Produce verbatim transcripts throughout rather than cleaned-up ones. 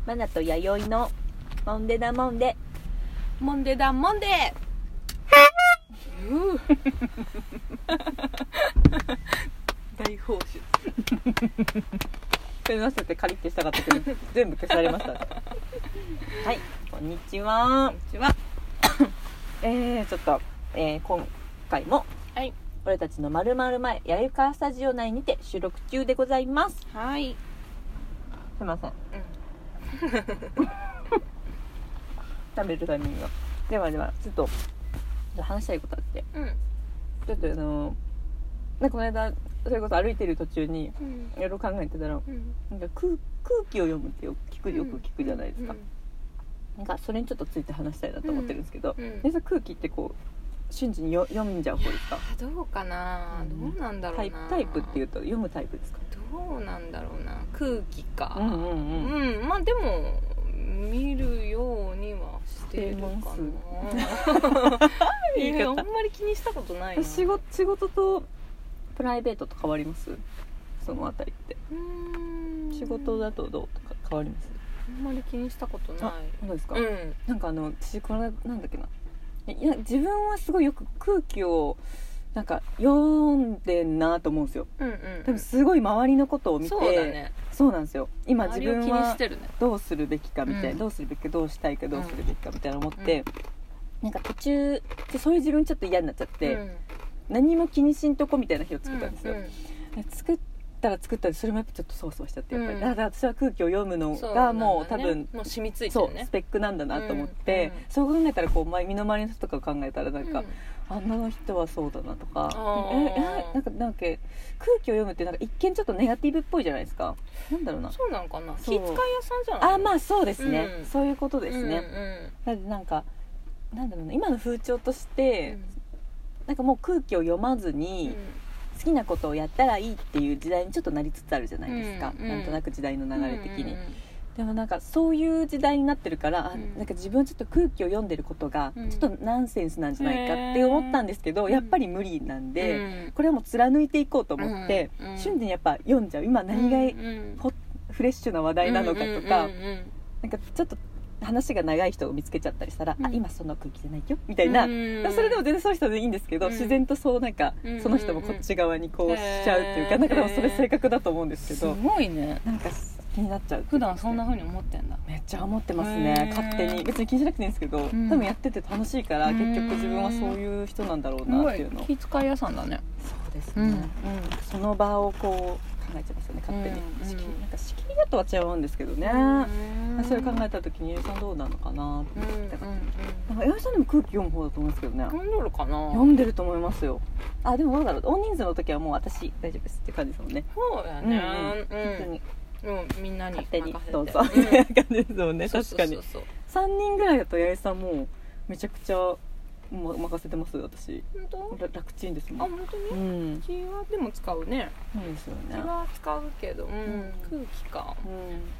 マナと弥生のモンデダモンデモンデダモンデう大放出すみませんってカリッてしたかったけど全部消されましたはいこんにちは。 こんにちはえー、ちょっと、えー、今回も、 はい、 俺たちのまるまる前やゆかスタジオ内にて収録中でございます。 はいすみません、うん、食べるタイミングがではではちょっと話したいことあって、 うん、 ちょっとあのなんかこの間それこそ歩いてる途中にうん、 いろいろ考えてたら、 うん、 なんか 空, 空気を読むってよく聞くよく聞くじゃないですか、 うんなんかそれにちょっとついて話したいなと思ってるんですけど、 うんうん、 でその空気ってこう瞬時によ読んじゃう方ですか？ どうかな、うん、どうなんだろうな。 タイプ、タイプっていうと読むタイプですか？ どうなんだろうな。空気か、 うんうんうん、 うん、まあでも見るようにはしてるかな。いやあんまり気にしたことないな。 仕事、仕事とプライベートと変わります？そのあたりって。うーん、仕事だとどうとか変わります？ あんまり気にしたことない。 本当ですか？ うん、 なんかあの私これなんだっけな、いや自分はすごいよく空気をなんか読んでんなと思うんですよ、 うんうん、 多分すごい周りのことを見て、 そうだね、 そうなんですよ。今自分はどうするべきかみたいな、 うん、 どうするべきかどうしたいかどうするべきかみたいな思って、うん、なんか途中そういう自分ちょっと嫌になっちゃって、うん、何も気にしんとこみたいな日を作ったんですよ、うんうん、作ったら作ったらそれもやっぱちょっとそわそわしちゃってやっぱり、うん、だから私は空気を読むのがもう多分、ね、 もう染みついてるね、 そうスペックなんだなと思って、 うんうん、 そう考えたらこう身の回りの人とかを考えたらなんか、うん、あんな人はそうだなとか、ええなんかなんか空気を読むってなんか一見ちょっとネガティブっぽいじゃないですか。なんだろうな。 そうなんかな。気遣い屋さんじゃない？ あ、まあそうですね。うん、そういうことですね。 うんうん、 だってなんかなんだろうな、今の風潮として、うん、なんかもう空気を読まずに、うん、好きなことをやったらいいっていう時代にちょっとなりつつあるじゃないですか、うんうん、なんとなく時代の流れ的に、うんうん、でもなんかそういう時代になってるから、うん、なんか自分はちょっと空気を読んでることがちょっとナンセンスなんじゃないかって思ったんですけど、うん、やっぱり無理なんで、うん、これはもう貫いていこうと思って、うんうん、瞬時にやっぱ読んじゃう。今何がホッフレッシュな話題なのかとか、なんかちょっと話が長い人を見つけちゃったりしたら、うん、あ今その空気じゃないよみたいな、うん、それでも全然そういう人でいいんですけど、うん、自然とそうなんか、うん、その人もこっち側にこうしちゃうっていうか、なんかでもそれ性格だと思うんですけど、 すごいね、 なんか気になっちゃう。 普段そんな風に思ってんだ。 めっちゃ思ってますね、勝手に。別に気にしなくていいんですけど、うん、多分やってて楽しいから、結局自分はそういう人なんだろうなっていうの。 気遣い屋さんだね。 そうですね、うんうん、その場をこう考えちゃいますよね、勝手に、うん、仕切りなんか仕切りだとは違うんですけどね、うん、それ考えた時にゆいさんどうなのかなと思って、うんうん、なんかゆいさんでも空気読む方だと思うんですけどね。 読んでるかな。 読んでると思いますよ。あでもどうだろう、大人数の時はもう私大丈夫ですって感じですもんね。 そうやね、うんうん、 本当に、 うん、みんなに勝手にどうぞみたいな感じですもんね。確かにさんにんぐらいだと八重さんもうめちゃくちゃ任せてます私。本当？楽ちんですもん。 あ、本当に？うん。気はでも使うね。 そうですよね。 気は使うけど、うん、うん、空気か、 うん、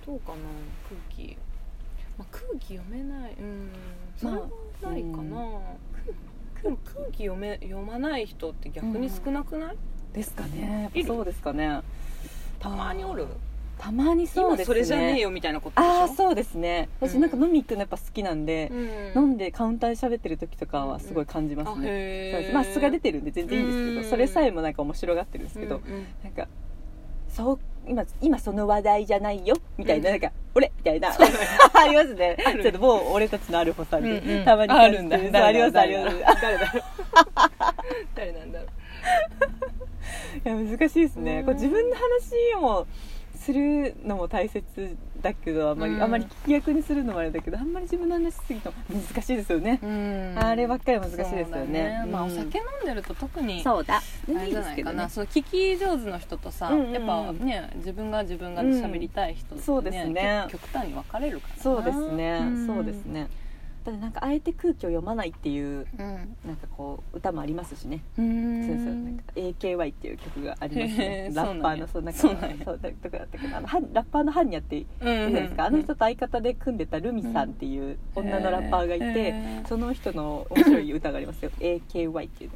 どうかな空気、まあ、空気読めない、うん、それはないかな、まあうん、空, 空気読め読まない人って逆に少なくない？ うん、ですかね。やっぱそうですかね。 たまにおる。 たまにそうですね。 今それじゃねえよみたいなことでしょ。 ああそうですね。私なんか飲み行くのやっぱ好きなんで、うん、飲んでカウンターで喋ってる時とかはすごい感じますね、うん、そうです。まあ素が出てるんで全然いいんですけど、うん、それさえもなんか面白がってるんですけど、うん、なんかそう今今その話題じゃないよみたいな、うん、なんか俺みたいなありますね。ちょっともう俺たちのアルファさんで、うんうん、たまにあるんだ。 ありますあります。 誰だろう誰なんだろう。 いや難しいですね。こう自分の話もするのも大切だけどあんまり、うん、あんまり聞き役にするのもあれだけど、あんまり自分の話しすぎると難しいですよね、うん、あればっかり難しいですよ ね, ね、 うん、まあ、お酒飲んでると特にそうだあれじゃないかな、ね、そう聞き上手の人とさ、うんうん、やっぱね自分が自分が喋りたい人って、ね、 そうですね、 極端に分かれるからな。 そうですね、うん、そうですね。だってなんかあえて空気を読まないっていう、うん、なんかこう歌もありますしね。うーん、そうそう、なんか エーケーワイ っていう曲がありますね。ラッパーのそうなんかそうとかだったけど、あのラッパーのハンニャっているじゃないですか、うんうん、あの人と相方で組んでたルミさんっていう女のラッパーがいて、その人の面白い歌がありますよ。エーケーワイ っていうね。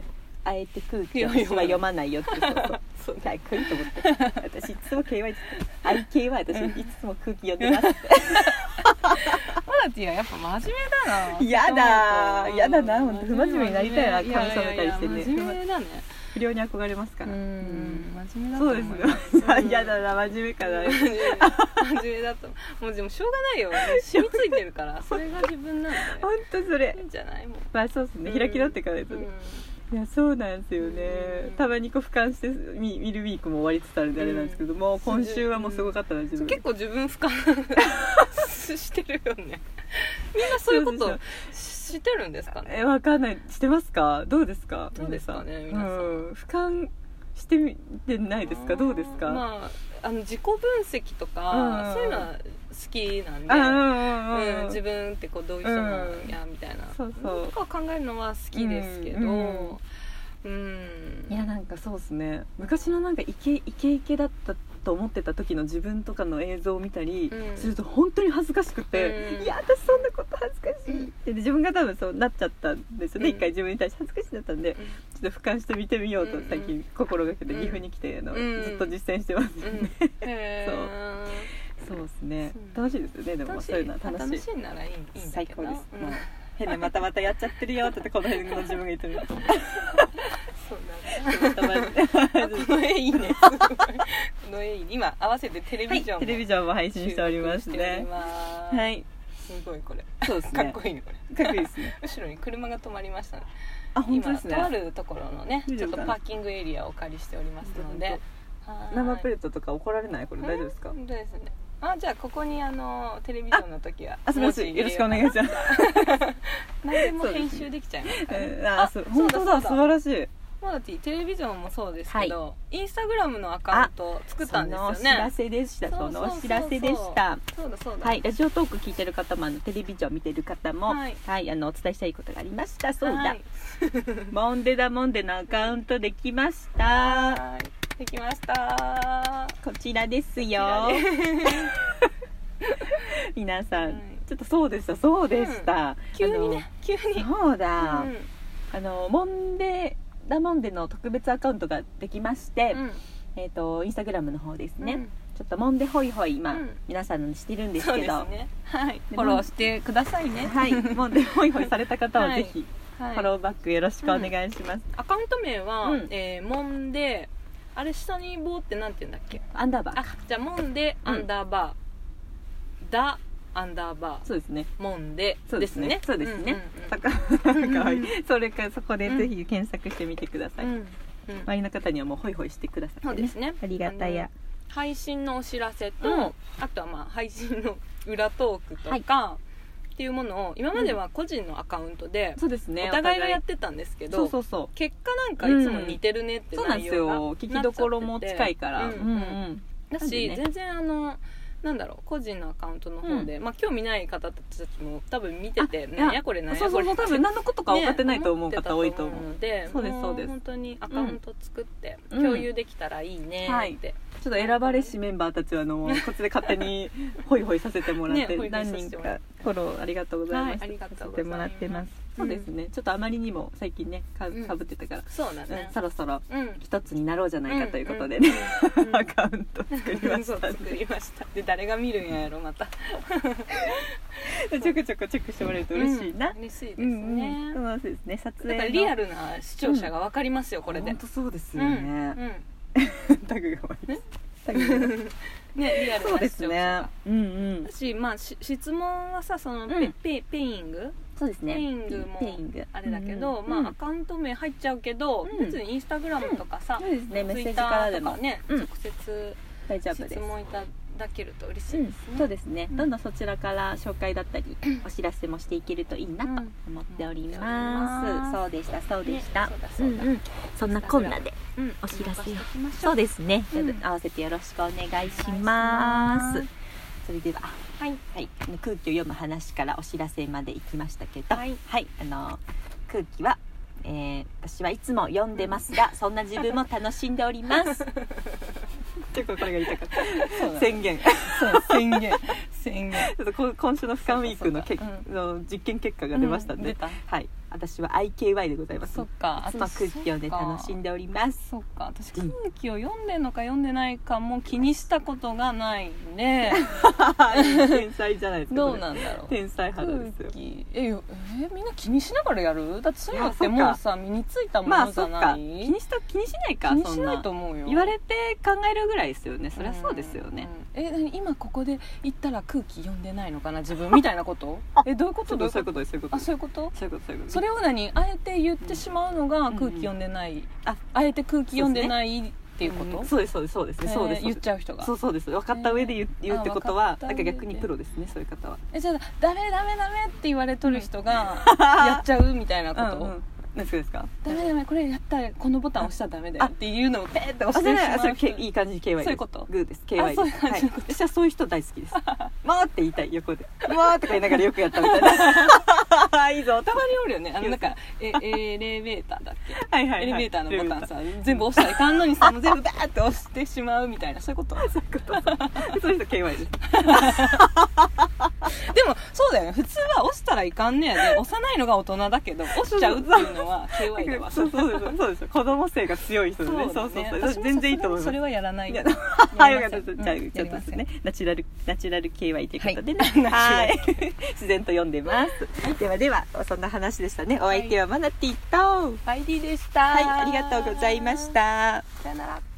あえて空気を私は読まないよってそうそうそうかっこいいと思って私いつも ケーワイ アイケーワイ 私いつも空気読んでますってマナティはやっぱ真面目だな。 やだやだな本当不真面目になりたいな髪染めたりしてね。 真面目だね。 不良に憧れますから。 うん、うん、真面目だと思います。そうですね。やだな真面目かな。 真面目だともうでもしょうがないよ。染みついてるからそれが自分なんだよ。 本当それ。 いいんじゃないもん。 まあそうですね。開き直っていかないとね。いやそうなんですよね。たまにこう俯瞰して見見るウィークも終わりつつあるんであれなんですけども、今週はもうすごかったな自分。 結構自分俯瞰してるよね。みんなそういうことしてるんですかね。 えわかんないしてますか。どうですか。 どうですかね皆さん。 うん、俯瞰してみてないですか。どうですか。 まああの自己分析とか、うん、そういうのは好きなんで、 うんうん、 自分ってこうどういう人なんやみたいな、 うん、そうそうとか考えるのは好きですけど、うんうん、 いやなんかそうですね。昔のなんかイケイケイケだったと思ってた時の自分とかの映像を見たりすると本当に恥ずかしくて、うん、いや私そんなこと恥ずかしいって、うん、自分が多分そうなっちゃったんですよね、うん、一回自分に対して恥ずかしいだったんで、うん、ちょっと俯瞰して見てみようと最近心がけて岐阜に来ての、うん、ずっと実践してますよね、うん、そうそうですね、楽しいですよね。でもそういうのは楽しい、 楽しいならいい、いいんだけど最高です、うん、変でまたまたやっちゃってるよってこの辺の自分が言ってるそうなんだこの絵いいねこの絵いいね。今合わせてテレビジョンも、 はい、テレビジョンも配信しておりますね。はい、 すごいこれそうですね、 かっこいいねこれかっこいいですね後ろに車が止まりましたね。 あ本当ですね。 今とあるところのねちょっとパーキングエリアをお借りしておりますので、 ナンバープレートとか怒られない。これ大丈夫ですか。 本当ですね。あじゃあここにあのテレビジョンの時はあすみませんよろしくお願いします何でも編集できちゃいますから、ね、 えー、あそう本当だ素晴らしい。 マナティテレビジョンもそうですけど、はい、インスタグラムのアカウント作ったんですよね。 そのお知らせでした。そのお知らせでした。 そうだそうだ。 はい、ラジオトーク聞いてる方もあのテレビジョン見てる方も、はい、はい、あのお伝えしたいことがありました。そうだ。はい、モンデダモンデのアカウントできました。 はいできました。 こちらですよ。皆さん、はい、ちょっとそうでしたそうでした。うん、 急にね急に。 そうだ。うん、あのモンデダモンデの特別アカウントができまして、うん、えっ、ー、とインスタグラムの方ですね、うん、ちょっとモンデホイホイ今、うん、皆さんのしてるんですけど、 ね、はい、フォローしてくださいね。 はい、モンデホイホイされた方はぜひ、はい、フォローバックよろしくお願いします。うん、 アカウント名は、うんえー、モンデあれ下に棒ってなんて言うんだっけ。 アンダーバー。 あじゃあモンデアンダーバー、うん、ダアンダーバーそうですねモンデですね。 そうですね。それからそこでぜひ検索してみてください。うんうん、周りの方にはもうホイホイしてください、ね。そうですね。ありがたや。 配信のお知らせと、うん、あとはまあ配信の裏トークとか、はい、っていうものを今までは個人のアカウントで、うん、そうですね、お互いがやってたんですけど、そうそうそう結果なんかいつも似てるねって内容が、うん、そうなんですよ。聞きどころも近いから、うんうんうん、だし、ね、全然あのなんだろう個人のアカウントの方で、うん、まあ興味ない方たちも多分見ててなんやこれなんやこれそうそう多分何のことか分かってないと思う方多いと思うので、そうですそうです。本当にアカウント作って共有できたらいいねって、うんはい、ちょっと選ばれしメンバーたちはあのこっちで勝手にホイホイさせてもらって、ね、何人かフォローありがとうございます、はい、ありがとうございます。させてもらってます。そうですね、うん、ちょっとあまりにも最近ね か, かぶってたから、うん、 そうだね、 うん、そろそろ一つになろうじゃないかということでね、うんうん、アカウント作りました、ね、 作りましたで誰が見るんやろまたちょこちょこチェックしてもらえると嬉しいな、 うん、嬉しいですね、 うんうん、そうですね。撮影だからリアルな視聴者が分かりますよ、これで。 本当そうですよね、うんうん、タグが悪いタグがね、リアルな視聴者がそうですね、 うんうん、 私、まあ、質問はさそのペ、うん、ペ, ペイングそうですね、 ペイングもあれだけど、うんうん、まあアカウント名入っちゃうけど、うん、別にインスタグラムとかさ、 うん、そうですね、メッセージからでもね、 うん、 直接大丈夫です。 質問いただけると嬉しいですね、 うん、そうですね、うん、どんどんそちらから紹介だったり、うん、お知らせもしていけるといいなと思っております、うん、そうでしたそうでした、ね、そうだそうだ、うんうん、そんなこんなでお知らせを、うん、そうですね、うん、合わせてよろしくお願いします。それでは、はいはい、空気を読む話からお知らせまで行きましたけど、はい、はい、あの空気は、えー、私はいつも読んでますが、そんな自分も楽しんでおります結構これが言いたかった宣言そう宣言宣言ちょっと今週のフカンウィークのけ、うん、の実験結果が出ましたんで、うん、 出たはい、 私は アイケーワイ でございます。 そっか、 いつも空気をね楽しんでおります。 そっか、私空気を読んでんのか読んでないかも気にしたことがないんで天才じゃないですか。 どうなんだろう。 天才肌ですよ。 ええみんな気にしながらやる？だってそういうのってもうさ身についたものじゃない？ まあ、気にした気にしないか。 気にしないと思うよ。 言われて考えるぐらいですよね。そりゃそうですよね。 え今ここで言ったら空気読んでないのかな自分みたいなことえどういうこと？ そういうことそういうこと。 あそういうことそういうことそういうこと。 それを何あえて言ってしまうのが空気読んでない、うんうん、ああえて空気読んでないっていうこと？ そうですそうですそうですね、そうです。 言っちゃう人がそうそうです。分かった上で言う、えー、言うってことはなんか逆にプロですね、そういう方は。 えじゃあダメダメダメって言われとる人がやっちゃうみたいなこと？うんうん何ですか？ ダメダメこれやったらこのボタン押したらダメだよっていうのをペーって押してしまう人。 あそれいい感じに ケーワイ です。 そういうこと？ グーです。ケーワイ です。 そういう感じのこと。 私はそういう人大好きです。まーって言いたい横で。まーとか言いながらよくやったみたいな。いいぞ。 たまにおるよね。あのなんかえエレベーターだっけ？ はいはいはい。 エレベーターのボタンさ全部押したらいかんのにさもう全部バーって押してしまうみたいなそういうこと？ そういうこと。そういう人 ケーワイ です。 でもそうだよね。普通は押したらいかんねやで、押さないのが大人だけど押しちゃうっていうのは ケーワイ だわ。 そうそうですそうです。子供性が強い人でね。そうそうそう。全然いいと思います。 それはやらない。 はい、よかったです。じゃあちょっとですね、ナチュラルナチュラル ケーワイ ということでね。はい。自然と読んでます。ではではそんな話でしたね。お相手はマナティとファイディでした。 はい、ありがとうございました。 さよなら。